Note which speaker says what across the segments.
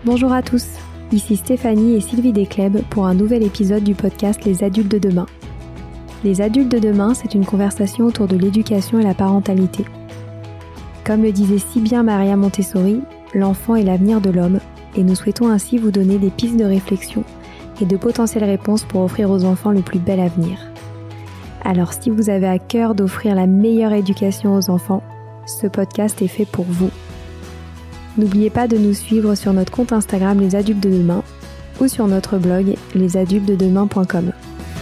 Speaker 1: Bonjour à tous, ici Stéphanie et Sylvie Desclèbes pour un nouvel épisode du podcast Les Adultes de demain. Les Adultes de demain, c'est une conversation autour de l'éducation et la parentalité. Comme le disait si bien Maria Montessori, l'enfant est l'avenir de l'homme et nous souhaitons ainsi vous donner des pistes de réflexion et de potentielles réponses pour offrir aux enfants le plus bel avenir. Alors si vous avez à cœur d'offrir la meilleure éducation aux enfants, ce podcast est fait pour vous. N'oubliez pas de nous suivre sur notre compte Instagram Les Adultes de Demain ou sur notre blog lesadultesdedemain.com.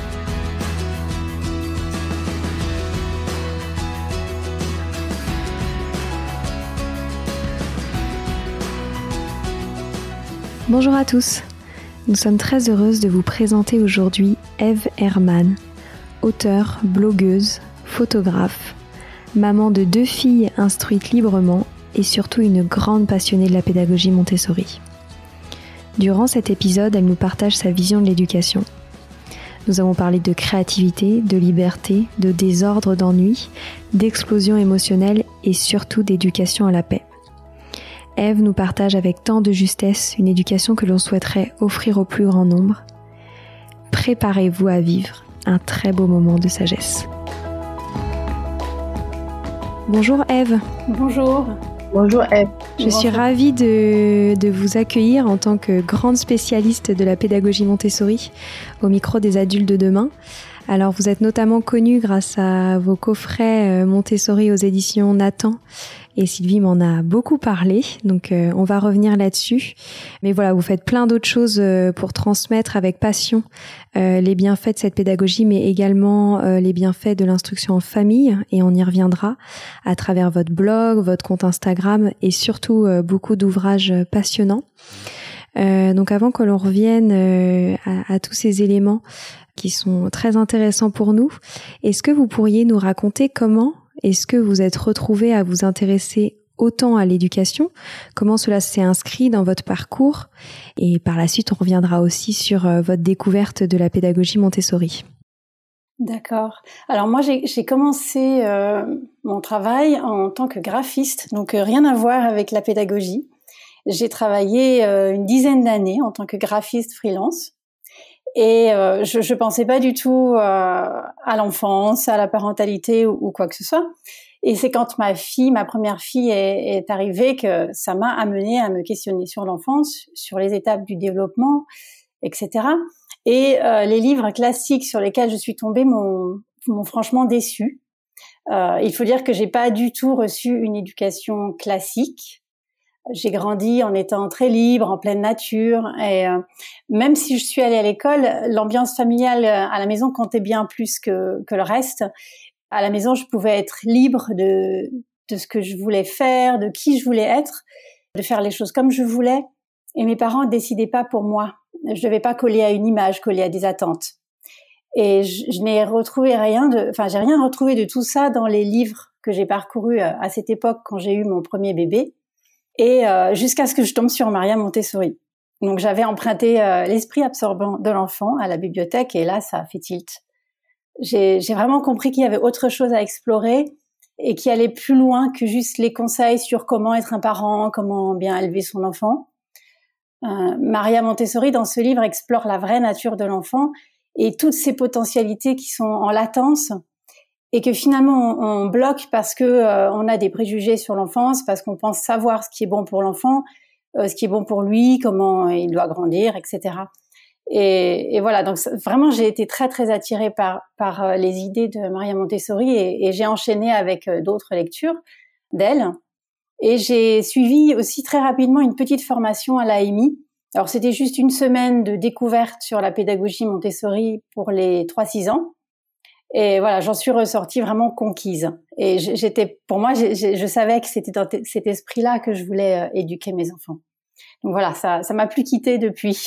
Speaker 1: Bonjour à tous, nous sommes très heureuses de vous présenter aujourd'hui Ève Herrmann, auteure, blogueuse, photographe, maman de 2 filles instruites librement et surtout une grande passionnée de la pédagogie Montessori. Durant cet épisode, elle nous partage sa vision de l'éducation. Nous avons parlé de créativité, de liberté, de désordre, d'ennui, d'explosion émotionnelle et surtout d'éducation à la paix. Ève nous partage avec tant de justesse une éducation que l'on souhaiterait offrir au plus grand nombre. Préparez-vous à vivre un très beau moment de sagesse. Bonjour Ève.
Speaker 2: Bonjour. Bonjour Ève.
Speaker 1: Je suis ravie de vous accueillir en tant que grande spécialiste de la pédagogie Montessori au micro des Adultes de demain. Alors vous êtes notamment connue grâce à vos coffrets Montessori aux éditions Nathan et Sylvie m'en a beaucoup parlé, donc on va revenir là-dessus. Mais voilà, vous faites plein d'autres choses pour transmettre avec passion les bienfaits de cette pédagogie, mais également les bienfaits de l'instruction en famille, et on y reviendra à travers votre blog, votre compte Instagram et surtout beaucoup d'ouvrages passionnants. Donc avant que l'on revienne à tous ces éléments qui sont très intéressants pour nous, est-ce que vous pourriez nous raconter comment est-ce que vous êtes retrouvée à vous intéresser autant à l'éducation, comment cela s'est inscrit dans votre parcours, et par la suite on reviendra aussi sur votre découverte de la pédagogie Montessori.
Speaker 2: D'accord. Alors moi j'ai commencé mon travail en tant que graphiste, donc rien à voir avec la pédagogie. J'ai travaillé une dizaine d'années en tant que graphiste freelance. Et je pensais pas du tout à l'enfance, à la parentalité ou quoi que ce soit. Et c'est quand ma première fille est arrivée que ça m'a amenée à me questionner sur l'enfance, sur les étapes du développement, etc. Et les livres classiques sur lesquels je suis tombée m'ont franchement déçue. Il faut dire que j'ai pas du tout reçu une éducation classique. J'ai grandi en étant très libre, en pleine nature, et même si je suis allée à l'école, l'ambiance familiale à la maison comptait bien plus que le reste. À la maison, je pouvais être libre de ce que je voulais faire, de qui je voulais être, de faire les choses comme je voulais, et mes parents ne décidaient pas pour moi. Je devais pas coller à une image, coller à des attentes. Et je n'ai retrouvé j'ai rien retrouvé de tout ça dans les livres que j'ai parcourus à cette époque quand j'ai eu mon premier bébé. Et jusqu'à ce que je tombe sur Maria Montessori. Donc j'avais emprunté l'esprit absorbant de l'enfant à la bibliothèque et là ça a fait tilt. J'ai vraiment compris qu'il y avait autre chose à explorer et qui allait plus loin que juste les conseils sur comment être un parent, comment bien élever son enfant. Maria Montessori dans ce livre explore la vraie nature de l'enfant et toutes ses potentialités qui sont en latence. Et que finalement on bloque parce que on a des préjugés sur l'enfance, parce qu'on pense savoir ce qui est bon pour l'enfant, ce qui est bon pour lui, comment il doit grandir, etc. Et voilà, donc vraiment j'ai été très très attirée par les idées de Maria Montessori et j'ai enchaîné avec d'autres lectures d'elle. Et j'ai suivi aussi très rapidement une petite formation à l'AMI. Alors c'était juste une semaine de découverte sur la pédagogie Montessori pour les 3-6 ans. Et voilà, j'en suis ressortie vraiment conquise. Et pour moi, je savais que c'était dans cet esprit-là que je voulais éduquer mes enfants. Donc voilà, ça m'a plus quittée depuis.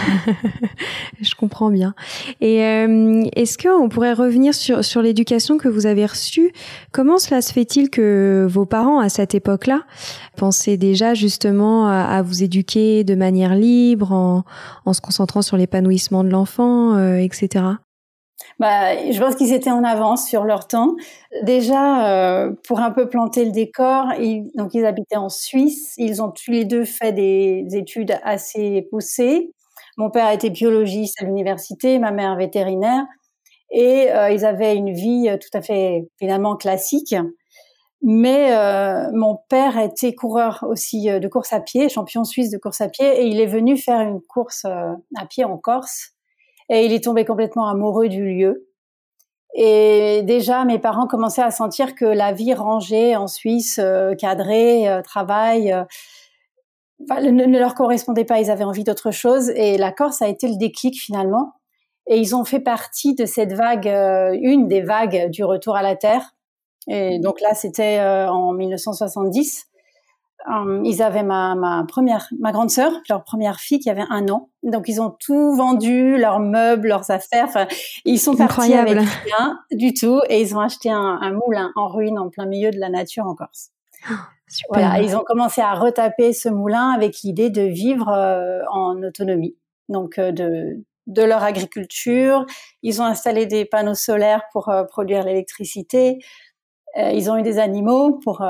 Speaker 1: Je comprends bien. Et est-ce qu'on pourrait revenir sur l'éducation que vous avez reçue? Comment cela se fait-il que vos parents, à cette époque-là, pensaient déjà justement à vous éduquer de manière libre, en se concentrant sur l'épanouissement de l'enfant, etc.?
Speaker 2: Je pense qu'ils étaient en avance sur leur temps. Déjà, pour un peu planter le décor, donc ils habitaient en Suisse. Ils ont tous les deux fait des études assez poussées. Mon père était biologiste à l'université, ma mère vétérinaire, et ils avaient une vie tout à fait finalement classique. Mais mon père était coureur aussi de course à pied, champion suisse de course à pied, et il est venu faire une course à pied en Corse. Et il est tombé complètement amoureux du lieu. Et déjà, mes parents commençaient à sentir que la vie rangée en Suisse, cadrée, travail, ne leur correspondait pas. Ils avaient envie d'autre chose. Et la Corse a été le déclic finalement. Et ils ont fait partie de cette vague, une des vagues du retour à la Terre. Et donc là, c'était en 1970. Ils avaient ma grande sœur, leur première fille qui avait 1 an. Donc ils ont tout vendu, leurs meubles, leurs affaires. Enfin, ils sont partis avec rien du tout et ils ont acheté un moulin en ruine en plein milieu de la nature en Corse.
Speaker 1: Super.
Speaker 2: Voilà, ils ont commencé à retaper ce moulin avec l'idée de vivre en autonomie. Donc de leur agriculture, ils ont installé des panneaux solaires pour produire l'électricité. Ils ont eu des animaux pour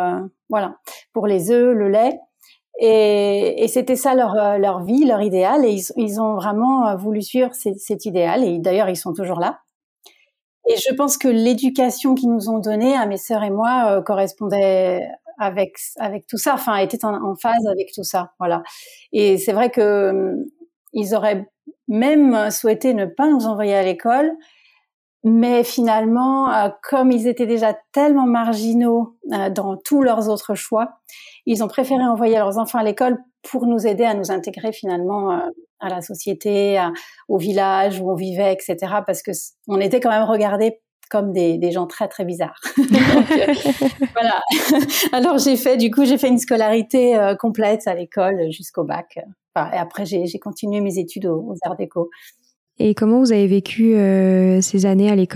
Speaker 2: les œufs, le lait, et c'était ça leur vie, leur idéal, et ils ont vraiment voulu suivre cet idéal, et d'ailleurs ils sont toujours là. Et je pense que l'éducation qu'ils nous ont donnée à mes sœurs et moi correspondait avec tout ça, enfin était en phase avec tout ça, voilà. Et c'est vrai que ils auraient même souhaité ne pas nous envoyer à l'école. Mais finalement, comme ils étaient déjà tellement marginaux dans tous leurs autres choix, ils ont préféré envoyer leurs enfants à l'école pour nous aider à nous intégrer finalement à la société, au village où on vivait, etc. Parce que on était quand même regardés comme des gens très très bizarres. Donc, voilà. Alors j'ai fait une scolarité complète à l'école jusqu'au bac. Enfin, et après j'ai continué mes études aux Arts Déco.
Speaker 1: Et comment vous avez vécu ces années à l'école ?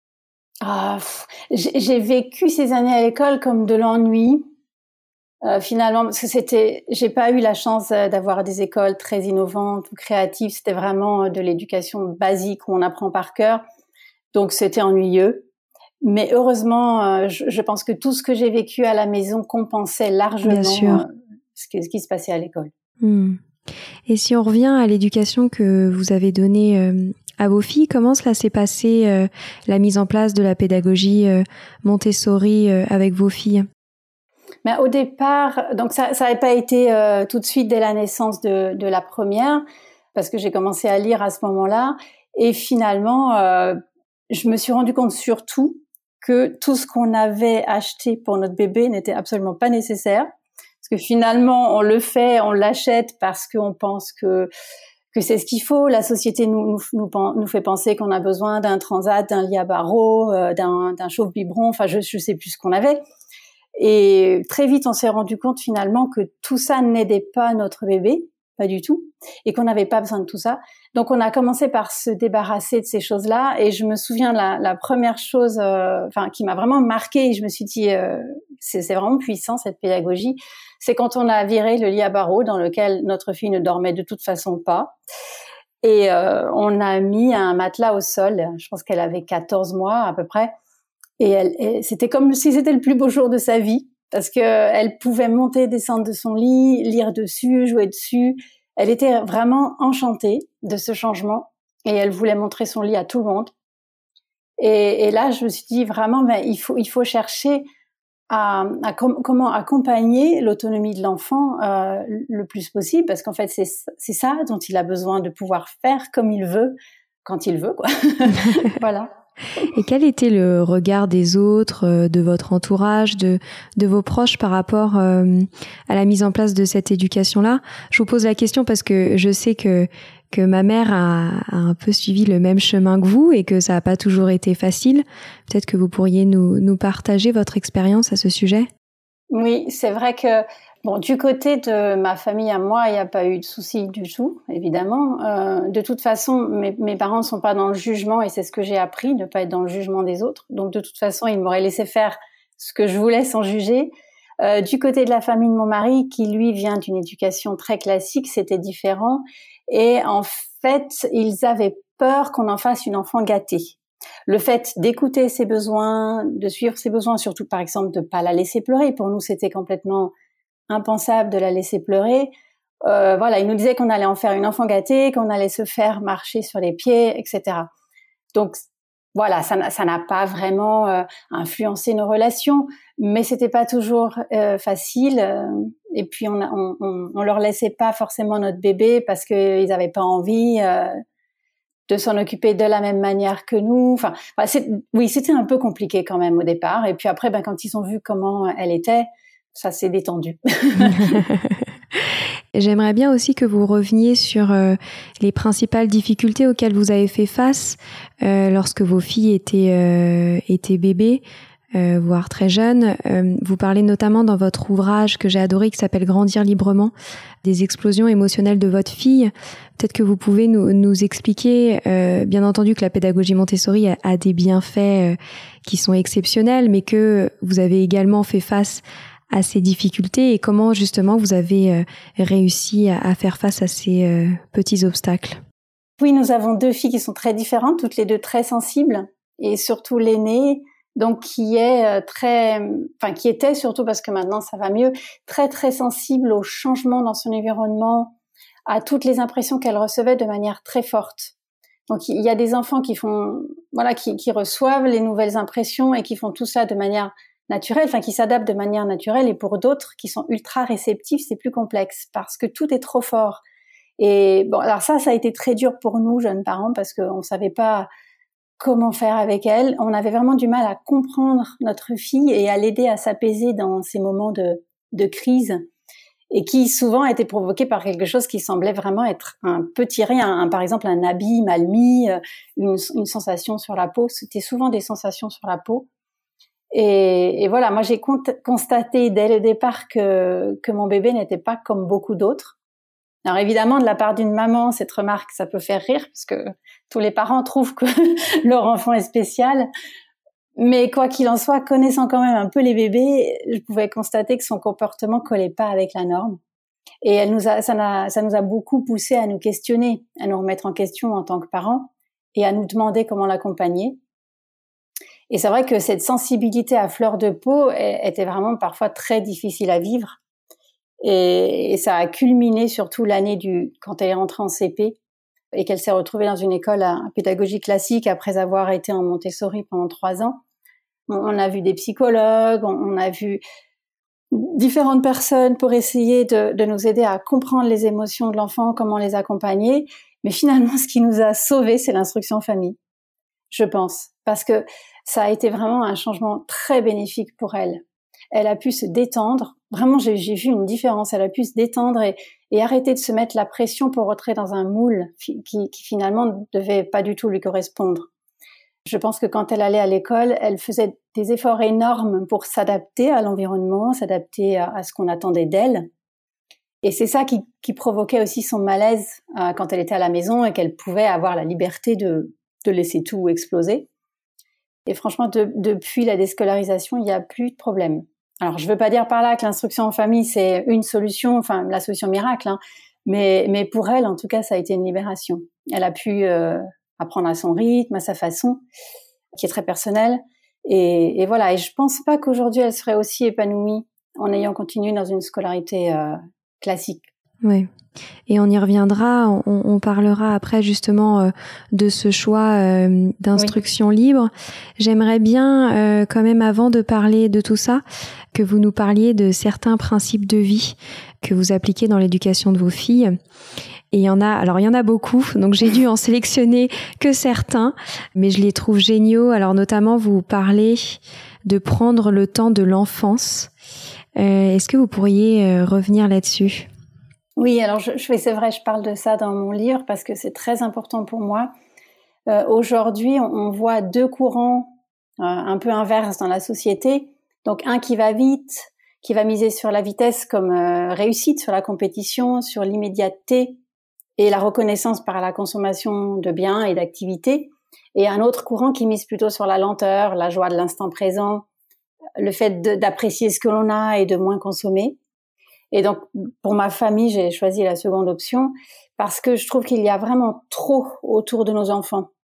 Speaker 2: J'ai vécu ces années à l'école comme de l'ennui, finalement, parce que j'ai pas eu la chance d'avoir des écoles très innovantes ou créatives. C'était vraiment de l'éducation basique où on apprend par cœur, donc c'était ennuyeux. Mais heureusement, je pense que tout ce que j'ai vécu à la maison compensait largement ce qui se passait à l'école.
Speaker 1: Et si on revient à l'éducation que vous avez donnée à vos filles, comment cela s'est passé, la mise en place de la pédagogie Montessori avec vos filles ?
Speaker 2: Mais au départ, donc ça n'avait pas été tout de suite dès la naissance de la première, parce que j'ai commencé à lire à ce moment-là. Et finalement, je me suis rendu compte surtout que tout ce qu'on avait acheté pour notre bébé n'était absolument pas nécessaire. Parce que finalement, on le fait, on l'achète parce qu'on pense que c'est ce qu'il faut. La société nous fait penser qu'on a besoin d'un transat, d'un lit à barreaux, d'un chauffe-biberon. Enfin, je sais plus ce qu'on avait. Et très vite, on s'est rendu compte finalement que tout ça n'aidait pas notre bébé, pas du tout, et qu'on n'avait pas besoin de tout ça. Donc, on a commencé par se débarrasser de ces choses-là. Et je me souviens la première chose, qui m'a vraiment marquée, et je me suis dit, c'est vraiment puissant cette pédagogie. C'est quand on a viré le lit à barreaux dans lequel notre fille ne dormait de toute façon pas. Et on a mis un matelas au sol. Je pense qu'elle avait 14 mois à peu près. Et c'était comme si c'était le plus beau jour de sa vie, parce que elle pouvait monter, descendre de son lit, lire dessus, jouer dessus. Elle était vraiment enchantée de ce changement et elle voulait montrer son lit à tout le monde. Et là, je me suis dit vraiment, il faut chercher comment accompagner l'autonomie de l'enfant le plus possible, parce qu'en fait, c'est ça dont il a besoin, de pouvoir faire comme il veut, quand il veut, quoi. Voilà.
Speaker 1: Et quel était le regard des autres, de votre entourage, de vos proches par rapport à la mise en place de cette éducation-là ? Je vous pose la question parce que je sais que ma mère a un peu suivi le même chemin que vous et que ça n'a pas toujours été facile. Peut-être que vous pourriez nous partager votre expérience à ce sujet ?
Speaker 2: Oui, c'est vrai que du côté de ma famille à moi, il n'y a pas eu de souci du tout, évidemment. De toute façon, mes parents ne sont pas dans le jugement et c'est ce que j'ai appris, ne pas être dans le jugement des autres. Donc, de toute façon, ils m'auraient laissé faire ce que je voulais sans juger. Du côté de la famille de mon mari, qui lui vient d'une éducation très classique, c'était différent. Et en fait, ils avaient peur qu'on en fasse une enfant gâtée. Le fait d'écouter ses besoins, de suivre ses besoins, surtout par exemple de pas la laisser pleurer. Pour nous, c'était complètement impensable de la laisser pleurer. Voilà, il nous disait qu'on allait en faire une enfant gâtée, qu'on allait se faire marcher sur les pieds, etc. Donc voilà, ça n'a pas vraiment influencé nos relations, mais c'était pas toujours facile. Et puis on leur laissait pas forcément notre bébé parce qu'ils avaient pas envie de s'en occuper de la même manière que nous. Enfin, c'était un peu compliqué quand même au départ. Et puis après, quand ils ont vu comment elle était, ça s'est détendu.
Speaker 1: J'aimerais bien aussi que vous reveniez sur les principales difficultés auxquelles vous avez fait face lorsque vos filles étaient bébés, voire très jeunes. Vous parlez notamment dans votre ouvrage que j'ai adoré, qui s'appelle Grandir librement, des explosions émotionnelles de votre fille. Peut-être que vous pouvez nous expliquer, bien entendu que la pédagogie Montessori a des bienfaits qui sont exceptionnels, mais que vous avez également fait face à ces difficultés et comment justement vous avez réussi à faire face à ces petits obstacles.
Speaker 2: Oui, nous avons 2 filles qui sont très différentes, toutes les 2 très sensibles, et surtout l'aînée, donc qui était surtout, parce que maintenant ça va mieux, très très sensible aux changements dans son environnement, à toutes les impressions qu'elle recevait de manière très forte. Donc il y a des enfants qui reçoivent les nouvelles impressions et qui font tout ça de manière naturelle, qui s'adaptent de manière naturelle, et pour d'autres qui sont ultra réceptifs, c'est plus complexe parce que tout est trop fort. Et bon, alors ça a été très dur pour nous, jeunes parents, parce qu'on savait pas comment faire avec elle. On avait vraiment du mal à comprendre notre fille et à l'aider à s'apaiser dans ces moments de crise, et qui souvent étaient provoqués par quelque chose qui semblait vraiment être un petit rien, par exemple un habit mal mis, une sensation sur la peau. C'était souvent des sensations sur la peau. Et voilà, moi j'ai constaté dès le départ que mon bébé n'était pas comme beaucoup d'autres. Alors évidemment, de la part d'une maman, cette remarque, ça peut faire rire, parce que tous les parents trouvent que leur enfant est spécial. Mais quoi qu'il en soit, connaissant quand même un peu les bébés, je pouvais constater que son comportement collait pas avec la norme. Et ça nous a beaucoup poussé à nous questionner, à nous remettre en question en tant que parents, et à nous demander comment l'accompagner. Et c'est vrai que cette sensibilité à fleur de peau était vraiment parfois très difficile à vivre. Et ça a culminé surtout l'année quand elle est rentrée en CP et qu'elle s'est retrouvée dans une école à pédagogie classique après avoir été en Montessori pendant 3 ans. On a vu des psychologues, on a vu différentes personnes pour essayer de nous aider à comprendre les émotions de l'enfant, comment les accompagner. Mais finalement, ce qui nous a sauvés, c'est l'instruction en famille, je pense. Parce que ça a été vraiment un changement très bénéfique pour elle. Elle a pu se détendre. Vraiment, j'ai vu une différence. Elle a pu se détendre et arrêter de se mettre la pression pour rentrer dans un moule qui finalement ne devait pas du tout lui correspondre. Je pense que quand elle allait à l'école, elle faisait des efforts énormes pour s'adapter à l'environnement, s'adapter à ce qu'on attendait d'elle. Et c'est ça qui provoquait aussi son malaise quand elle était à la maison et qu'elle pouvait avoir la liberté de laisser tout exploser. Et franchement, depuis la déscolarisation, il n'y a plus de problème. Alors, je veux pas dire par là que l'instruction en famille, c'est une solution, la solution miracle, hein, mais pour elle, en tout cas, ça a été une libération. Elle a pu apprendre à son rythme, à sa façon, qui est très personnelle. Et voilà. Et je pense pas qu'aujourd'hui, elle serait aussi épanouie en ayant continué dans une scolarité classique.
Speaker 1: Oui. Et on y reviendra, on parlera après justement de ce choix d'instruction libre. J'aimerais bien quand même, avant de parler de tout ça, que vous nous parliez de certains principes de vie que vous appliquez dans l'éducation de vos filles. Et il y en a beaucoup, donc j'ai dû en sélectionner que certains, mais je les trouve géniaux. Alors notamment, vous parlez de prendre le temps de l'enfance. Est-ce que vous pourriez revenir là-dessus ?
Speaker 2: Oui, alors c'est vrai, je parle de ça dans mon livre parce que c'est très important pour moi. Aujourd'hui, on voit 2 courants un peu inverses dans la société. Donc un qui va vite, qui va miser sur la vitesse comme réussite, sur la compétition, sur l'immédiateté et la reconnaissance par la consommation de biens et d'activités. Et un autre courant qui mise plutôt sur la lenteur, la joie de l'instant présent, le fait d'apprécier ce que l'on a et de moins consommer. Et donc, pour ma famille, j'ai choisi la seconde option parce que je trouve qu'il y a vraiment trop autour de nos enfants.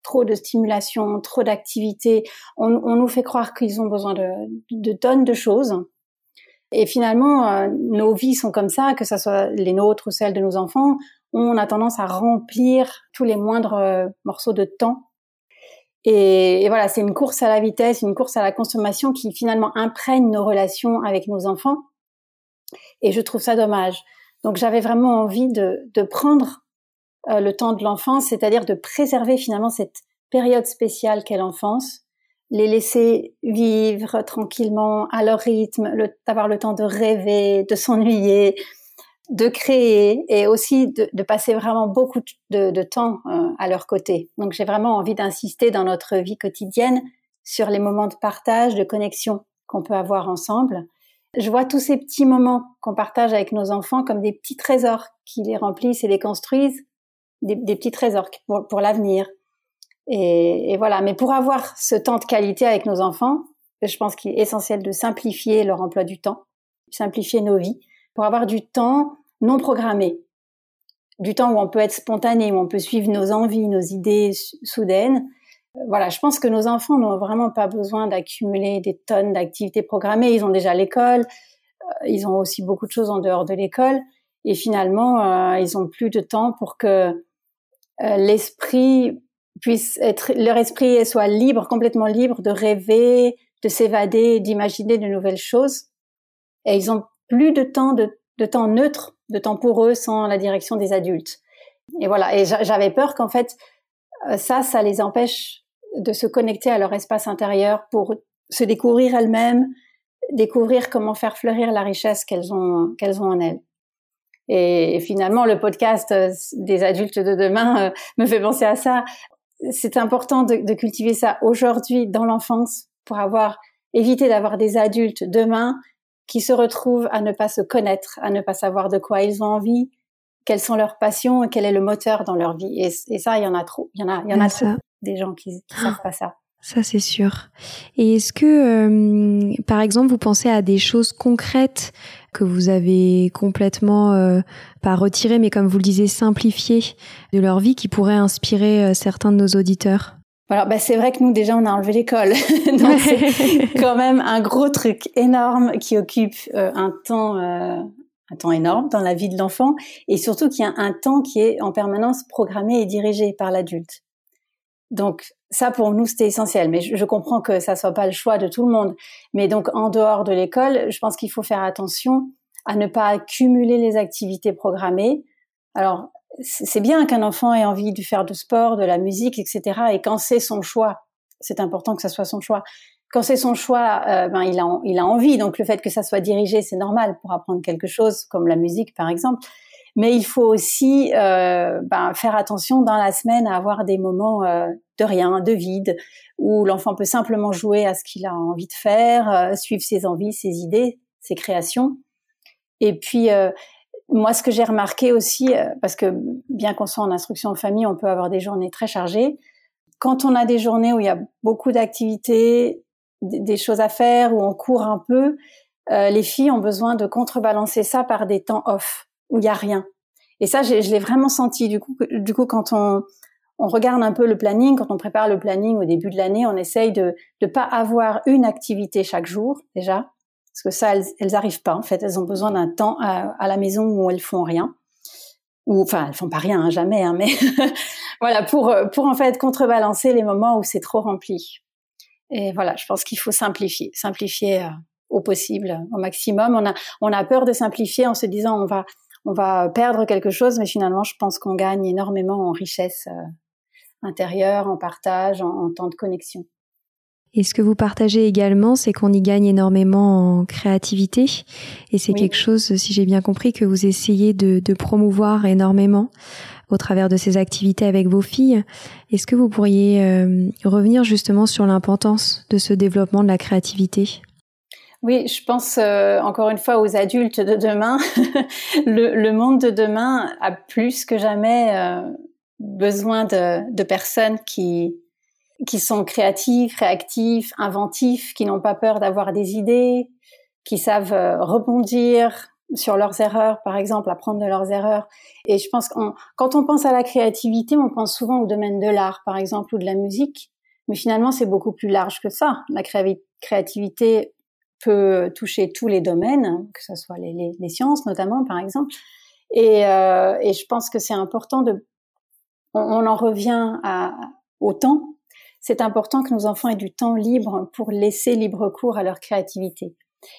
Speaker 2: trop de stimulation, trop d'activités. On nous fait croire qu'ils ont besoin de tonnes de choses. Et finalement, nos vies sont comme ça, que ça soit les nôtres ou celles de nos enfants. On a tendance à remplir tous les moindres morceaux de temps. Et voilà, c'est une course à la vitesse, une course à la consommation qui finalement imprègne nos relations avec nos enfants. Et je trouve ça dommage. Donc j'avais vraiment envie de prendre le temps de l'enfance, c'est-à-dire de préserver finalement cette période spéciale qu'est l'enfance, les laisser vivre tranquillement à leur rythme, d'avoir le temps de rêver, de s'ennuyer, de créer et aussi de passer vraiment beaucoup de temps à leur côté. Donc j'ai vraiment envie d'insister dans notre vie quotidienne sur les moments de partage, de connexion qu'on peut avoir ensemble. Je vois tous ces petits moments qu'on partage avec nos enfants comme des petits trésors qui les remplissent et les construisent, des petits trésors pour l'avenir. Et voilà. Mais pour avoir ce temps de qualité avec nos enfants, je pense qu'il est essentiel de simplifier leur emploi du temps, simplifier nos vies, pour avoir du temps non programmé, du temps où on peut être spontané, où on peut suivre nos envies, nos idées soudaines. Voilà, je pense que nos enfants n'ont vraiment pas besoin d'accumuler des tonnes d'activités programmées. Ils ont déjà l'école, ils ont aussi beaucoup de choses en dehors de l'école, et finalement, ils ont plus de temps pour que leur esprit soit libre, complètement libre de rêver, de s'évader, d'imaginer de nouvelles choses. Et ils ont plus de temps temps neutre, de temps pour eux sans la direction des adultes. Et voilà. Et j'avais peur qu'en fait, ça les empêche de se connecter à leur espace intérieur pour se découvrir elles-mêmes, découvrir comment faire fleurir la richesse qu'elles ont en elles. Et finalement, le podcast des adultes de demain me fait penser à ça. C'est important de cultiver ça aujourd'hui dans l'enfance pour éviter d'avoir des adultes demain qui se retrouvent à ne pas se connaître, à ne pas savoir de quoi ils ont envie, quelles sont leurs passions et quel est le moteur dans leur vie. Et ça, il y en a trop. Il y en a trop des gens qui savent pas ça.
Speaker 1: Ça, c'est sûr. Et est-ce que, par exemple, vous pensez à des choses concrètes que vous avez complètement, pas retirées, mais comme vous le disiez, simplifiées de leur vie qui pourraient inspirer certains de nos auditeurs?
Speaker 2: Alors, c'est vrai que nous, déjà, on a enlevé l'école. Donc, c'est quand même un gros truc énorme qui occupe un temps énorme dans la vie de l'enfant, et surtout qu'il y a un temps qui est en permanence programmé et dirigé par l'adulte. Donc, ça, pour nous, c'était essentiel. Mais je comprends que ça soit pas le choix de tout le monde. Mais donc, en dehors de l'école, je pense qu'il faut faire attention à ne pas accumuler les activités programmées. Alors, c'est bien qu'un enfant ait envie de faire du sport, de la musique, etc. Et quand c'est son choix, c'est important que ça soit son choix. Quand c'est son choix, il a envie. Donc, le fait que ça soit dirigé, c'est normal pour apprendre quelque chose, comme la musique, par exemple. Mais il faut aussi faire attention dans la semaine à avoir des moments de rien, de vide, où l'enfant peut simplement jouer à ce qu'il a envie de faire, suivre ses envies, ses idées, ses créations. Et puis, moi, ce que j'ai remarqué aussi, parce que bien qu'on soit en instruction en famille, on peut avoir des journées très chargées. Quand on a des journées où il y a beaucoup d'activités, des choses à faire, où on court un peu, les filles ont besoin de contrebalancer ça par des temps off, où il y a rien. Et ça, je l'ai vraiment senti. Du coup, quand on regarde un peu le planning, quand on prépare le planning au début de l'année, on essaye de pas avoir une activité chaque jour, déjà. Parce que ça, elles arrivent pas, en fait. Elles ont besoin d'un temps à la maison où elles font rien. Enfin, elles font pas rien, jamais, mais voilà, pour en fait contrebalancer les moments où c'est trop rempli. Et voilà, je pense qu'il faut simplifier au possible, au maximum. On a peur de simplifier en se disant on va perdre quelque chose, mais finalement, je pense qu'on gagne énormément en richesse intérieure, en partage, en temps de connexion.
Speaker 1: Et ce que vous partagez également, c'est qu'on y gagne énormément en créativité. Et c'est quelque chose, si j'ai bien compris, que vous essayez de promouvoir énormément au travers de ces activités avec vos filles. Est-ce que vous pourriez revenir justement sur l'importance de ce développement de la créativité ?
Speaker 2: Oui, je pense encore une fois aux adultes de demain. Le monde de demain a plus que jamais besoin de personnes qui sont créatifs, réactifs, inventifs, qui n'ont pas peur d'avoir des idées, qui savent rebondir, sur leurs erreurs, par exemple, apprendre de leurs erreurs. Et je pense quand on pense à la créativité, on pense souvent au domaine de l'art, par exemple, ou de la musique. Mais finalement, c'est beaucoup plus large que ça. La créativité peut toucher tous les domaines, que ce soit les sciences notamment, par exemple. Et je pense que c'est important on en revient au temps. C'est important que nos enfants aient du temps libre pour laisser libre cours à leur créativité.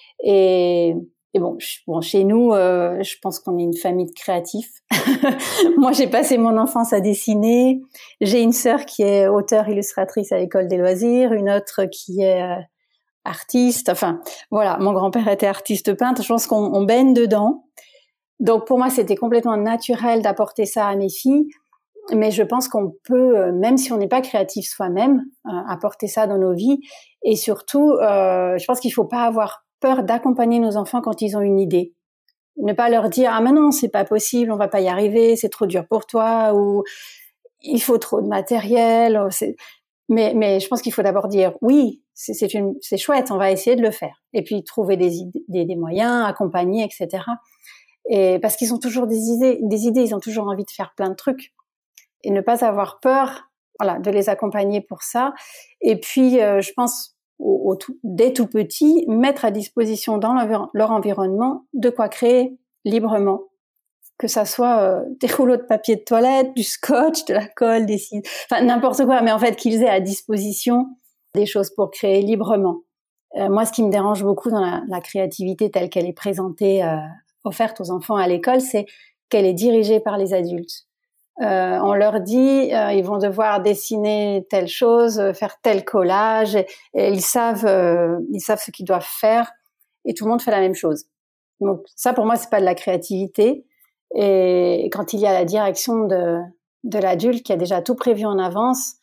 Speaker 2: Et bon, chez nous, je pense qu'on est une famille de créatifs. Moi, j'ai passé mon enfance à dessiner. J'ai une sœur qui est auteure illustratrice à l'école des loisirs, une autre qui est artiste. Enfin, voilà, mon grand-père était artiste peintre. Je pense qu'on baigne dedans. Donc, pour moi, c'était complètement naturel d'apporter ça à mes filles. Mais je pense qu'on peut, même si on n'est pas créatif soi-même, apporter ça dans nos vies. Et surtout, je pense qu'il faut pas avoir peur d'accompagner nos enfants quand ils ont une idée. Ne pas leur dire « Ah mais non, c'est pas possible, on va pas y arriver, c'est trop dur pour toi » ou « Il faut trop de matériel ». Mais je pense qu'il faut d'abord dire « Oui, c'est chouette, on va essayer de le faire ». Et puis trouver des moyens, accompagner, etc. Et parce qu'ils ont toujours des idées, ils ont toujours envie de faire plein de trucs. Et ne pas avoir peur, voilà, de les accompagner pour ça. Et puis, je pense, dès tout petit, mettre à disposition dans leur environnement de quoi créer librement. Que ça soit des rouleaux de papier de toilette, du scotch, de la colle, des cils, enfin n'importe quoi, mais en fait qu'ils aient à disposition des choses pour créer librement. Moi, ce qui me dérange beaucoup dans la créativité telle qu'elle est présentée, offerte aux enfants à l'école, c'est qu'elle est dirigée par les adultes. On leur dit ils vont devoir dessiner telle chose, faire tel collage, et ils savent ce qu'ils doivent faire, et tout le monde fait la même chose. Donc ça, pour moi, c'est pas de la créativité. Et quand il y a la direction de l'adulte qui a déjà tout prévu en avance,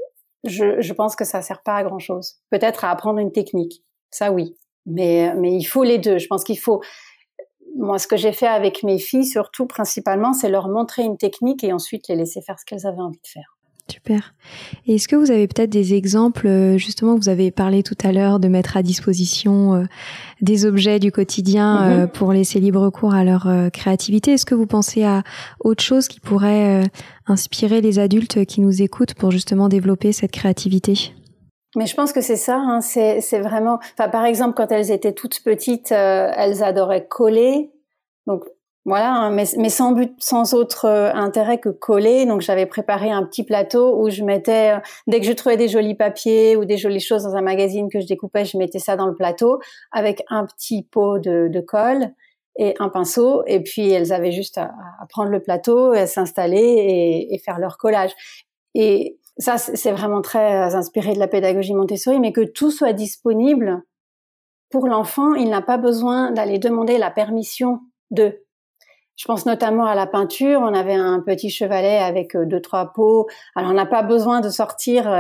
Speaker 2: je pense que ça sert pas à grand chose. Peut-être à apprendre une technique, ça oui, mais il faut les deux. Je pense qu'il faut. Moi, ce que j'ai fait avec mes filles, surtout, principalement, c'est leur montrer une technique et ensuite les laisser faire ce qu'elles avaient envie de faire.
Speaker 1: Super. Et est-ce que vous avez peut-être des exemples, justement, vous avez parlé tout à l'heure de mettre à disposition des objets du quotidien pour laisser libre cours à leur créativité. Est-ce que vous pensez à autre chose qui pourrait inspirer les adultes qui nous écoutent pour justement développer cette créativité ?
Speaker 2: Mais je pense que c'est ça, hein, c'est vraiment. Enfin, par exemple, quand elles étaient toutes petites, elles adoraient coller. Donc voilà, hein, mais sans autre intérêt que coller. Donc j'avais préparé un petit plateau où je mettais, dès que je trouvais des jolis papiers ou des jolies choses dans un magazine que je découpais, je mettais ça dans le plateau avec un petit pot de colle et un pinceau. Et puis elles avaient juste à prendre le plateau et à s'installer et faire leur collage. Et ça, c'est vraiment très inspiré de la pédagogie Montessori, mais que tout soit disponible pour l'enfant. Il n'a pas besoin d'aller demander la permission de. Je pense notamment à la peinture. On avait un petit chevalet avec 2-3 pots. Alors, on n'a pas besoin de sortir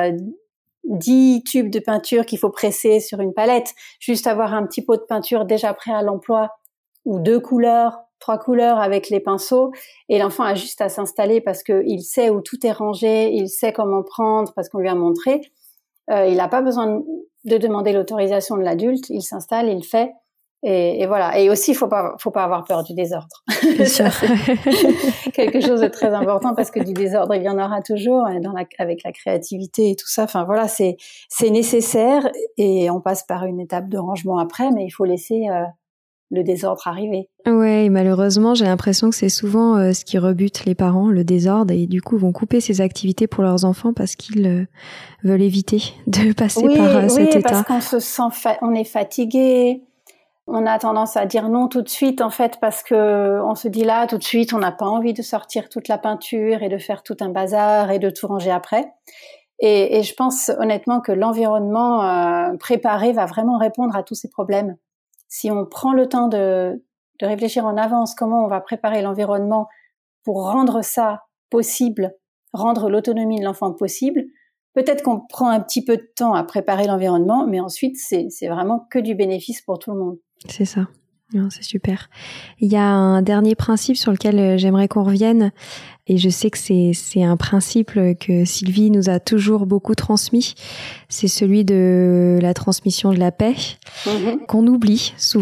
Speaker 2: 10 tubes de peinture qu'il faut presser sur une palette. Juste avoir un petit pot de peinture déjà prêt à l'emploi, ou 2 couleurs, 3 couleurs avec les pinceaux, et l'enfant a juste à s'installer parce que il sait où tout est rangé, il sait comment prendre parce qu'on lui a montré. Il n'a pas besoin de demander l'autorisation de l'adulte, il s'installe, il fait, et voilà. Et aussi, faut pas avoir peur du désordre.
Speaker 1: Bien sûr.
Speaker 2: C'est quelque chose de très important parce que du désordre, il y en aura toujours avec la créativité et tout ça. Enfin voilà, c'est nécessaire et on passe par une étape de rangement après, mais il faut laisser le désordre arriver.
Speaker 1: Ouais, et malheureusement, j'ai l'impression que c'est souvent ce qui rebute les parents, le désordre, et du coup vont couper ces activités pour leurs enfants parce qu'ils veulent éviter de passer par cet état.
Speaker 2: Oui, parce qu'on se sent on est fatigué, on a tendance à dire non tout de suite en fait parce que on se dit là tout de suite, on n'a pas envie de sortir toute la peinture et de faire tout un bazar et de tout ranger après. Et je pense honnêtement que l'environnement préparé va vraiment répondre à tous ces problèmes. Si on prend le temps de réfléchir en avance comment on va préparer l'environnement pour rendre ça possible, rendre l'autonomie de l'enfant possible, peut-être qu'on prend un petit peu de temps à préparer l'environnement, mais ensuite c'est vraiment que du bénéfice pour tout le monde.
Speaker 1: C'est ça. Non, c'est super. Il y a un dernier principe sur lequel j'aimerais qu'on revienne, et je sais que c'est un principe que Sylvie nous a toujours beaucoup transmis, c'est celui de la transmission de la paix, qu'on oublie souvent.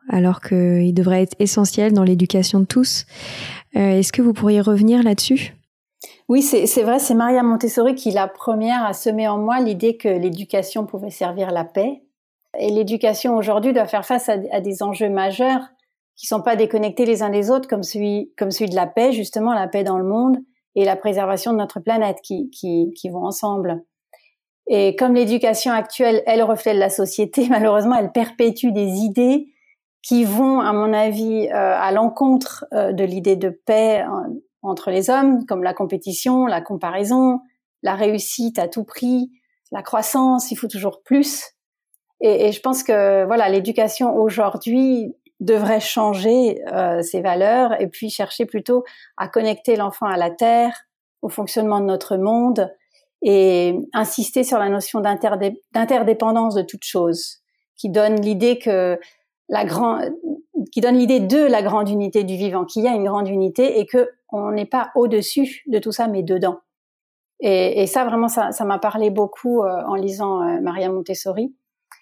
Speaker 1: alors qu'il devrait être essentiel dans l'éducation de tous. Est-ce que vous pourriez revenir là-dessus ?
Speaker 2: Oui, c'est vrai, c'est Maria Montessori qui est la première à semer en moi l'idée que l'éducation pouvait servir la paix. Et l'éducation aujourd'hui doit faire face à des enjeux majeurs qui sont pas déconnectés les uns des autres, comme celui de la paix, justement, la paix dans le monde et la préservation de notre planète qui vont ensemble. Et comme l'éducation actuelle, elle reflète la société, malheureusement, elle perpétue des idées qui vont, à mon avis, à l'encontre de l'idée de paix entre les hommes, comme la compétition, la comparaison, la réussite à tout prix, la croissance, il faut toujours plus. Et je pense que voilà, l'éducation aujourd'hui devrait changer ses valeurs et puis chercher plutôt à connecter l'enfant à la terre, au fonctionnement de notre monde et insister sur la notion d'interdépendance de toute chose, qui donne l'idée de la grande unité du vivant, qu'il y a une grande unité et que on n'est pas au-dessus de tout ça, mais dedans. Et ça vraiment, ça m'a parlé beaucoup en lisant Maria Montessori.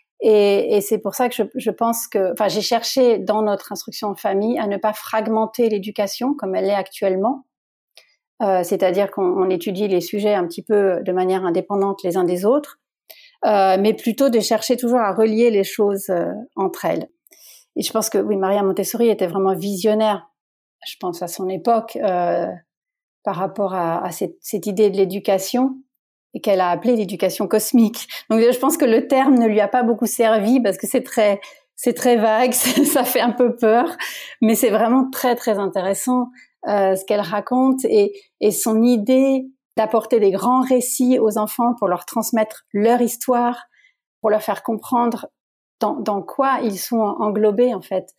Speaker 2: Et c'est pour ça que je pense que, enfin, j'ai cherché dans notre instruction en famille à ne pas fragmenter l'éducation comme elle est actuellement, c'est-à-dire qu'on étudie les sujets un petit peu de manière indépendante les uns des autres, mais plutôt de chercher toujours à relier les choses entre elles. Et je pense que oui, Maria Montessori était vraiment visionnaire, je pense à son époque, par rapport à cette idée de l'éducation, et qu'elle a appelé l'éducation cosmique. Donc je pense que le terme ne lui a pas beaucoup servi parce que c'est très vague, ça fait un peu peur, mais c'est vraiment très très intéressant ce qu'elle raconte et son idée d'apporter des grands récits aux enfants pour leur transmettre leur histoire, pour leur faire comprendre dans quoi ils sont englobés en fait.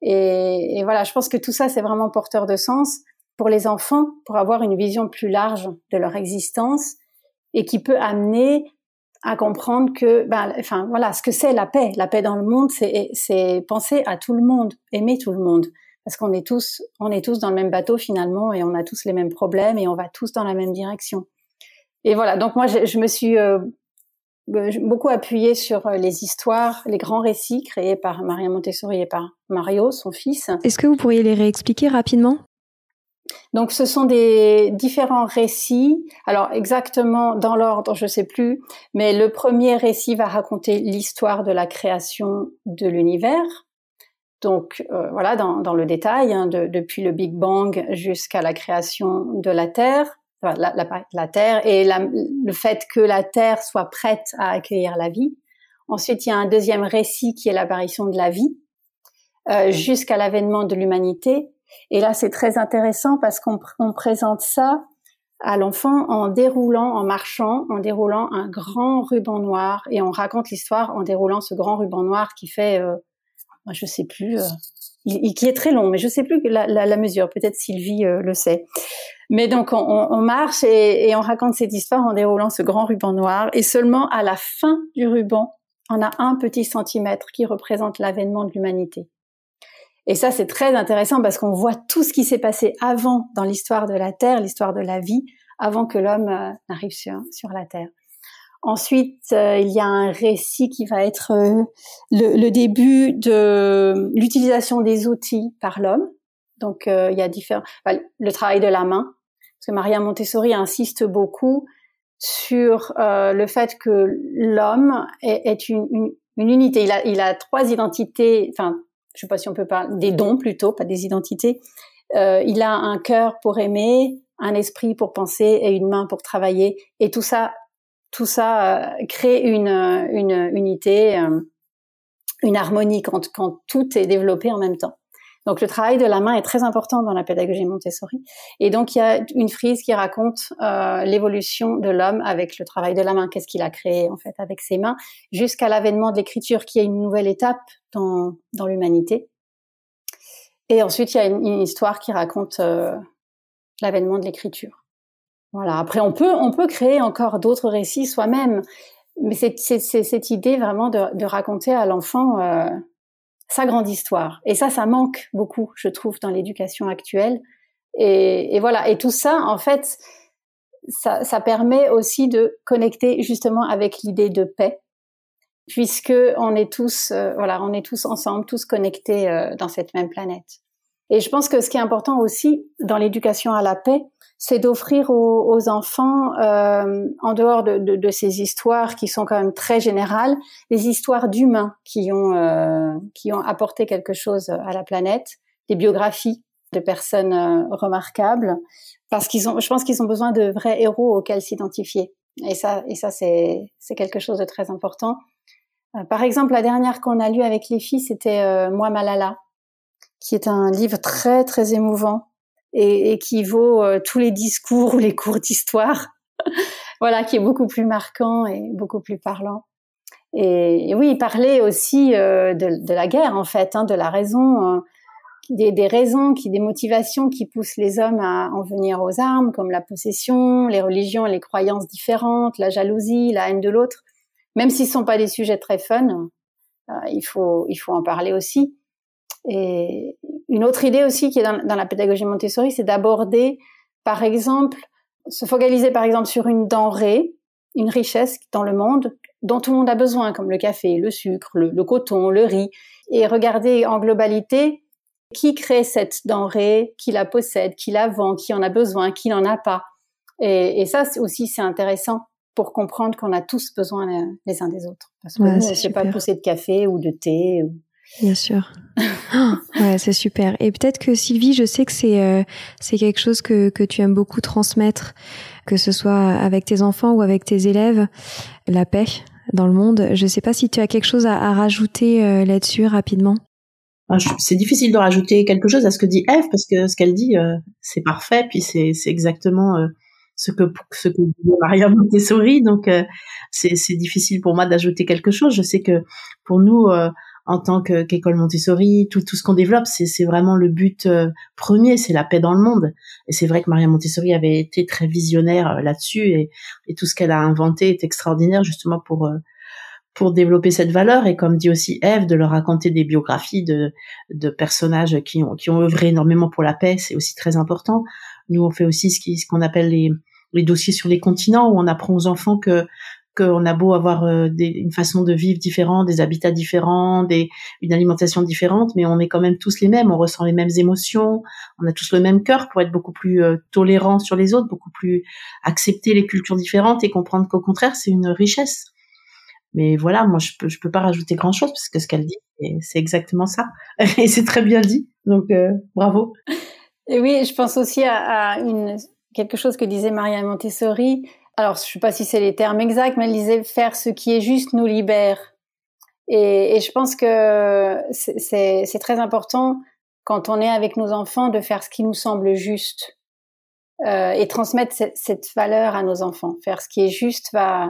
Speaker 2: Et voilà, je pense que tout ça c'est vraiment porteur de sens pour les enfants, pour avoir une vision plus large de leur existence et qui peut amener à comprendre que, enfin voilà, ce que c'est la paix. La paix dans le monde, c'est penser à tout le monde, aimer tout le monde, parce qu'on est tous dans le même bateau finalement, et on a tous les mêmes problèmes, et on va tous dans la même direction. Et voilà, donc moi je me suis beaucoup appuyée sur les histoires, les grands récits créés par Maria Montessori et par Mario, son fils.
Speaker 1: Est-ce que vous pourriez les réexpliquer rapidement ?
Speaker 2: Donc, ce sont des différents récits. Alors, exactement dans l'ordre, je sais plus, mais le premier récit va raconter l'histoire de la création de l'univers. Donc, voilà, dans le détail, hein, depuis le Big Bang jusqu'à la création de la Terre, enfin, la Terre et le fait que la Terre soit prête à accueillir la vie. Ensuite, il y a un deuxième récit qui est l'apparition de la vie, jusqu'à l'avènement de l'humanité. Et là, c'est très intéressant parce qu'on présente ça à l'enfant en marchant, en déroulant un grand ruban noir, et on raconte l'histoire en déroulant ce grand ruban noir qui fait, je sais plus, qui est très long, mais je sais plus la mesure. Peut-être Sylvie le sait. Mais donc on marche et on raconte cette histoire en déroulant ce grand ruban noir, et seulement à la fin du ruban, on a un petit centimètre qui représente l'avènement de l'humanité. Et ça, c'est très intéressant parce qu'on voit tout ce qui s'est passé avant dans l'histoire de la Terre, l'histoire de la vie, avant que l'homme n'arrive sur la Terre. Ensuite, il y a un récit qui va être le début de l'utilisation des outils par l'homme. Donc, il y a le travail de la main, parce que Maria Montessori insiste beaucoup sur le fait que l'homme est une unité. Il a 3 identités, enfin, je sais pas si on peut parler des dons plutôt, pas des identités. Il a un cœur pour aimer, un esprit pour penser et une main pour travailler. Et tout ça crée une unité, une harmonie quand tout est développé en même temps. Donc le travail de la main est très important dans la pédagogie Montessori. Et donc il y a une frise qui raconte l'évolution de l'homme avec le travail de la main, qu'est-ce qu'il a créé en fait avec ses mains, jusqu'à l'avènement de l'écriture qui est une nouvelle étape dans l'humanité. Et ensuite il y a une histoire qui raconte l'avènement de l'écriture. Voilà. Après on peut créer encore d'autres récits soi-même, mais c'est cette idée vraiment de raconter à l'enfant sa grande histoire. Et ça manque beaucoup, je trouve, dans l'éducation actuelle. Et voilà. Et tout ça, en fait, ça permet aussi de connecter justement avec l'idée de paix. puisque on est tous ensemble, tous connectés dans cette même planète. Et je pense que ce qui est important aussi dans l'éducation à la paix, c'est d'offrir aux enfants, en dehors de ces histoires qui sont quand même très générales, des histoires d'humains qui ont apporté quelque chose à la planète, des biographies de personnes remarquables, parce je pense qu'ils ont besoin de vrais héros auxquels s'identifier. Et ça c'est quelque chose de très important. Par exemple, la dernière qu'on a lue avec les filles, c'était Moi Malala, qui est un livre très très émouvant et qui vaut tous les discours ou les cours d'histoire. Voilà, qui est beaucoup plus marquant et beaucoup plus parlant. Et oui, il parlait aussi de la guerre en fait, de la raison, des raisons, des motivations qui poussent les hommes à en venir aux armes, comme la possession, les religions, les croyances différentes, la jalousie, la haine de l'autre. Même s'ils sont pas des sujets très fun, il faut en parler aussi. Et une autre idée aussi qui est dans la pédagogie Montessori, c'est d'aborder, par exemple, se focaliser par exemple sur une denrée, une richesse dans le monde dont tout le monde a besoin, comme le café, le sucre, le coton, le riz, et regarder en globalité qui crée cette denrée, qui la possède, qui la vend, qui en a besoin, qui n'en a pas. Et ça aussi, c'est intéressant pour comprendre qu'on a tous besoin les uns des autres. Parce que nous, on ne sait pas pousser de café ou de thé.
Speaker 1: Bien sûr. Ouais, c'est super. Et peut-être que Sylvie, je sais que c'est quelque chose que tu aimes beaucoup transmettre, que ce soit avec tes enfants ou avec tes élèves, la paix dans le monde. Je sais pas si tu as quelque chose à rajouter là-dessus rapidement.
Speaker 3: C'est difficile de rajouter quelque chose à ce que dit Ève, parce que ce qu'elle dit, c'est parfait, puis c'est exactement ce que dit Maria Montessori, donc c'est difficile pour moi d'ajouter quelque chose. Je sais que pour nous, en tant qu'école Montessori, tout ce qu'on développe, c'est vraiment le but premier, c'est la paix dans le monde. Et c'est vrai que Maria Montessori avait été très visionnaire là-dessus, et tout ce qu'elle a inventé est extraordinaire, justement pour développer cette valeur. Et comme dit aussi Ève, de leur raconter des biographies de personnages qui ont œuvré énormément pour la paix, c'est aussi très important. Nous, on fait aussi ce qu'on appelle les dossiers sur les continents, où on apprend aux enfants qu'on a beau avoir une façon de vivre différente, des habitats différents, une alimentation différente, mais on est quand même tous les mêmes, on ressent les mêmes émotions, on a tous le même cœur pour être beaucoup plus tolérants sur les autres, beaucoup plus accepter les cultures différentes et comprendre qu'au contraire, c'est une richesse. Mais voilà, moi, je peux pas rajouter grand chose, parce que ce qu'elle dit, c'est exactement ça. Et c'est très bien dit. Donc, bravo.
Speaker 2: Et oui, je pense aussi à quelque chose que disait Maria Montessori. Alors, je sais pas si c'est les termes exacts, mais elle disait faire ce qui est juste nous libère. Et je pense que c'est très important quand on est avec nos enfants de faire ce qui nous semble juste, et transmettre cette valeur à nos enfants. Faire ce qui est juste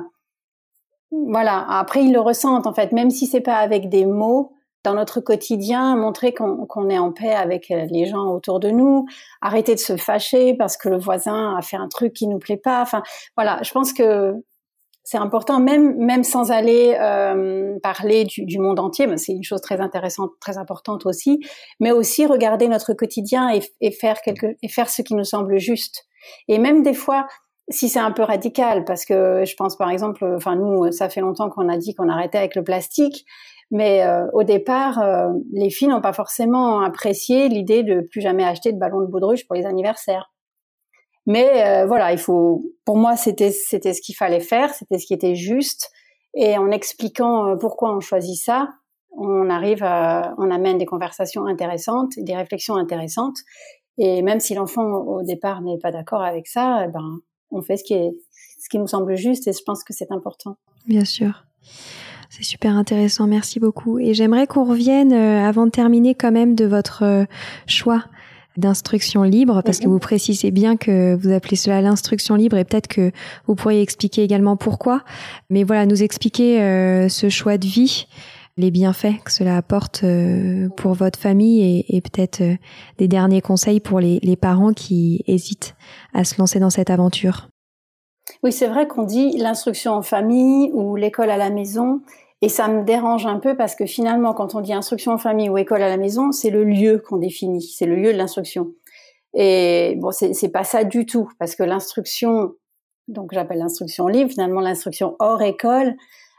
Speaker 2: voilà. Après, ils le ressentent, en fait, même si c'est pas avec des mots, dans notre quotidien, montrer qu'on est en paix avec les gens autour de nous, arrêter de se fâcher parce que le voisin a fait un truc qui nous plaît pas. Enfin, voilà. Je pense que c'est important, même sans aller parler du monde entier, mais c'est une chose très intéressante, très importante aussi, mais aussi regarder notre quotidien et faire ce qui nous semble juste. Et même des fois, si c'est un peu radical, parce que je pense par exemple, nous, ça fait longtemps qu'on a dit qu'on arrêtait avec le plastique, mais au départ, les filles n'ont pas forcément apprécié l'idée de plus jamais acheter de ballons de baudruche pour les anniversaires. Mais voilà, pour moi, c'était ce qu'il fallait faire, c'était ce qui était juste, et en expliquant pourquoi on choisit ça, on amène des conversations intéressantes, des réflexions intéressantes, et même si l'enfant au départ n'est pas d'accord avec ça, on fait ce qui nous semble juste, et je pense que c'est important.
Speaker 1: Bien sûr. C'est super intéressant, merci beaucoup. Et j'aimerais qu'on revienne, avant de terminer quand même, de votre choix d'instruction libre, parce que vous précisez bien que vous appelez cela l'instruction libre, et peut-être que vous pourriez expliquer également pourquoi. Mais voilà, nous expliquer ce choix de vie, les bienfaits que cela apporte pour votre famille, et peut-être des derniers conseils pour les parents qui hésitent à se lancer dans cette aventure.
Speaker 2: Oui, c'est vrai qu'on dit l'instruction en famille ou l'école à la maison, et ça me dérange un peu parce que finalement, quand on dit instruction en famille ou école à la maison, c'est le lieu qu'on définit, c'est le lieu de l'instruction. Et bon, c'est pas ça du tout, parce que l'instruction, donc j'appelle l'instruction libre, finalement l'instruction hors école,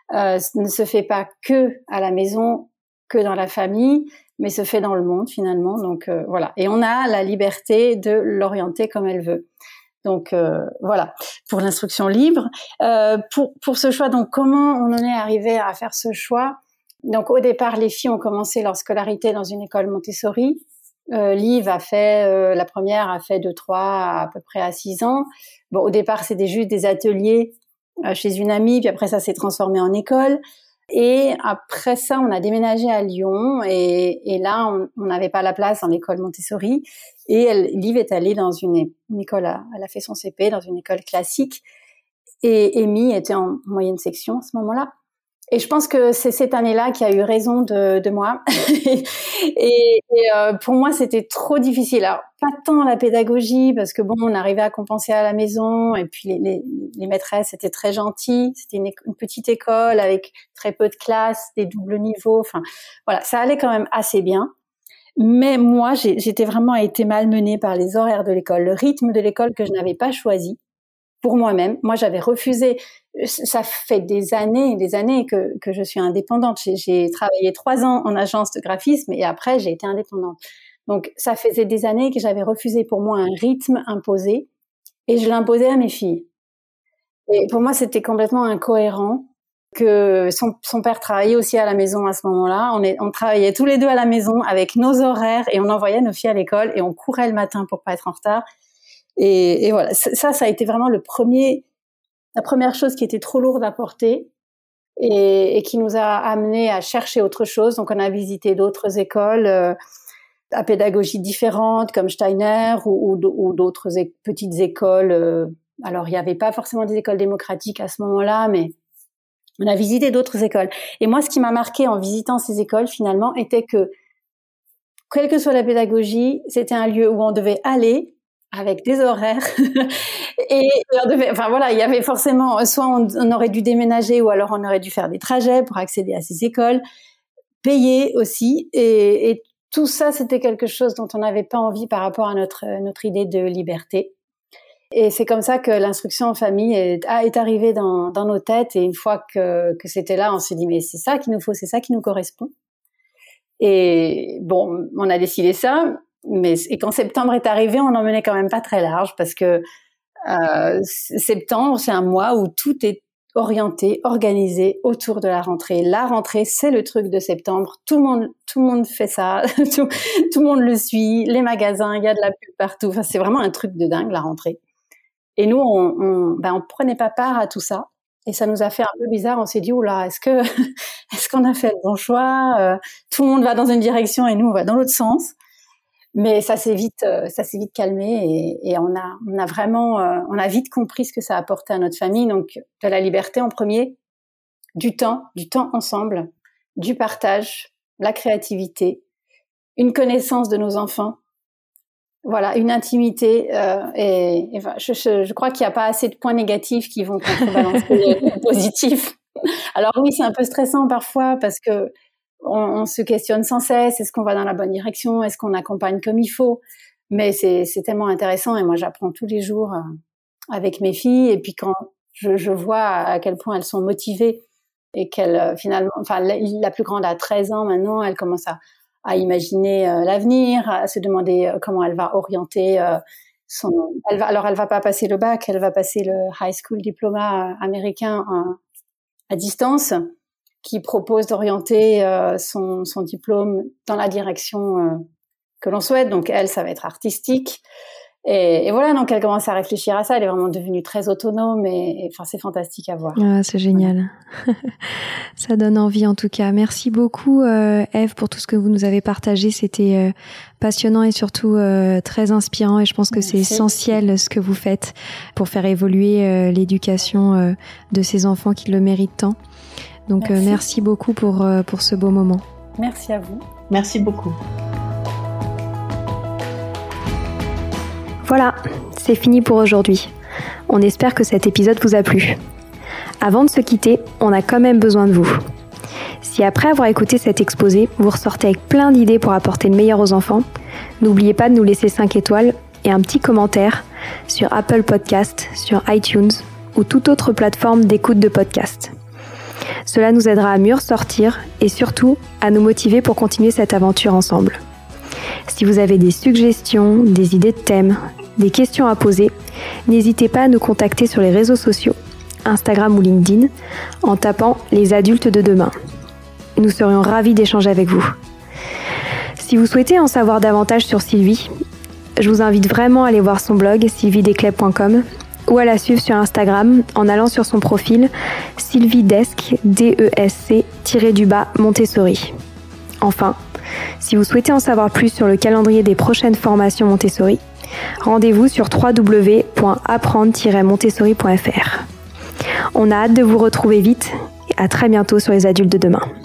Speaker 2: ne se fait pas que à la maison, que dans la famille, mais se fait dans le monde finalement. Donc voilà. Et on a la liberté de l'orienter comme elle veut. Donc voilà pour l'instruction libre. Pour ce choix, donc comment on en est arrivé à faire ce choix? Donc au départ, les filles ont commencé leur scolarité dans une école Montessori. Liv a fait la première a fait de 3 à peu près à 6 ans. Bon, au départ, c'était juste des ateliers chez une amie, puis après ça s'est transformé en école. Et après ça, on a déménagé à Lyon et là, on n'avait pas la place dans l'école Montessori. Et Liv est allée dans une école, elle a fait son CP dans une école classique. Et Amy était en moyenne section à ce moment-là. Et je pense que c'est cette année-là qui a eu raison de moi. et pour moi, c'était trop difficile. Alors, pas tant la pédagogie, parce que bon, on arrivait à compenser à la maison, et puis les maîtresses étaient très gentilles. C'était une petite école avec très peu de classes, des doubles niveaux. Enfin, voilà, ça allait quand même assez bien. Mais moi, j'étais vraiment été malmenée par les horaires de l'école, le rythme de l'école que je n'avais pas choisi pour moi-même. Moi, j'avais refusé. Ça fait des années que je suis indépendante. J'ai travaillé 3 ans en agence de graphisme et après, j'ai été indépendante. Donc, ça faisait des années que j'avais refusé pour moi un rythme imposé et je l'imposais à mes filles. Et pour moi, c'était complètement incohérent que son père travaillait aussi à la maison à ce moment-là. On travaillait tous les deux à la maison avec nos horaires et on envoyait nos filles à l'école et on courait le matin pour pas être en retard. Et voilà, ça a été vraiment la première chose qui était trop lourde à porter et qui nous a amené à chercher autre chose. Donc, on a visité d'autres écoles à pédagogie différente, comme Steiner ou d'autres petites écoles. Alors, il n'y avait pas forcément des écoles démocratiques à ce moment-là, mais on a visité d'autres écoles. Et moi, ce qui m'a marqué en visitant ces écoles, finalement, était que, quelle que soit la pédagogie, c'était un lieu où on devait aller avec des horaires et on devait, enfin voilà, il y avait forcément soit on aurait dû déménager ou alors on aurait dû faire des trajets pour accéder à ces écoles, payer aussi et tout ça c'était quelque chose dont on n'avait pas envie par rapport à notre idée de liberté. Et c'est comme ça que l'instruction en famille est arrivée dans nos têtes et une fois que c'était là, on s'est dit mais c'est ça qu'il nous faut, c'est ça qui nous correspond. Et bon, on a décidé ça. Et quand septembre est arrivé, on n'emmenait quand même pas très large parce que septembre, c'est un mois où tout est orienté, organisé autour de la rentrée. La rentrée, c'est le truc de septembre. Tout le monde fait ça, tout le monde le suit. Les magasins, il y a de la pub partout. Enfin, c'est vraiment un truc de dingue la rentrée. Et nous, on prenait pas part à tout ça. Et ça nous a fait un peu bizarre. On s'est dit, oula, est-ce qu'on a fait le bon choix? Tout le monde va dans une direction et nous, on va dans l'autre sens. Mais ça s'est vite calmé et on a vite compris ce que ça apportait à notre famille. Donc, de la liberté en premier, du temps ensemble, du partage, la créativité, une connaissance de nos enfants. Voilà, une intimité. Et je crois qu'il n'y a pas assez de points négatifs qui vont contrebalancer les positifs. Alors oui, c'est un peu stressant parfois parce que on se questionne sans cesse, est-ce qu'on va dans la bonne direction, est-ce qu'on accompagne comme il faut, mais c'est tellement intéressant et moi j'apprends tous les jours avec mes filles et puis quand je vois à quel point elles sont motivées et qu'elles finalement, enfin la plus grande a 13 ans maintenant, elle commence à imaginer l'avenir, à se demander comment elle va orienter elle va pas passer le bac, elle va passer le high school diploma américain à distance qui propose d'orienter son diplôme dans la direction que l'on souhaite. Donc elle, ça va être artistique. Et voilà, donc elle commence à réfléchir à ça. Elle est vraiment devenue très autonome et enfin, c'est fantastique à voir.
Speaker 1: Ah, c'est génial. Ça donne envie en tout cas. Merci beaucoup Ève pour tout ce que vous nous avez partagé. C'était passionnant et surtout très inspirant et je pense que c'est essentiel ce que vous faites pour faire évoluer l'éducation de ces enfants qui le méritent tant. Donc merci beaucoup pour ce beau moment.
Speaker 2: Merci à vous.
Speaker 3: Merci beaucoup.
Speaker 1: Voilà, c'est fini pour aujourd'hui. On espère que cet épisode vous a plu. Avant de se quitter, on a quand même besoin de vous. Si après avoir écouté cet exposé, vous ressortez avec plein d'idées pour apporter le meilleur aux enfants, n'oubliez pas de nous laisser 5 étoiles et un petit commentaire sur Apple Podcast, sur iTunes ou toute autre plateforme d'écoute de podcast. Cela nous aidera à mieux ressortir et surtout à nous motiver pour continuer cette aventure ensemble. Si vous avez des suggestions, des idées de thèmes, des questions à poser, n'hésitez pas à nous contacter sur les réseaux sociaux, Instagram ou LinkedIn, en tapant « Les adultes de demain ». Nous serions ravis d'échanger avec vous. Si vous souhaitez en savoir davantage sur Sylvie, je vous invite vraiment à aller voir son blog sylviedesclés.com ou à la suivre sur Instagram en allant sur son profil sylviedesc, Montessori. Enfin, si vous souhaitez en savoir plus sur le calendrier des prochaines formations Montessori, rendez-vous sur www.apprendre-montessori.fr. On a hâte de vous retrouver vite et à très bientôt sur les adultes de demain.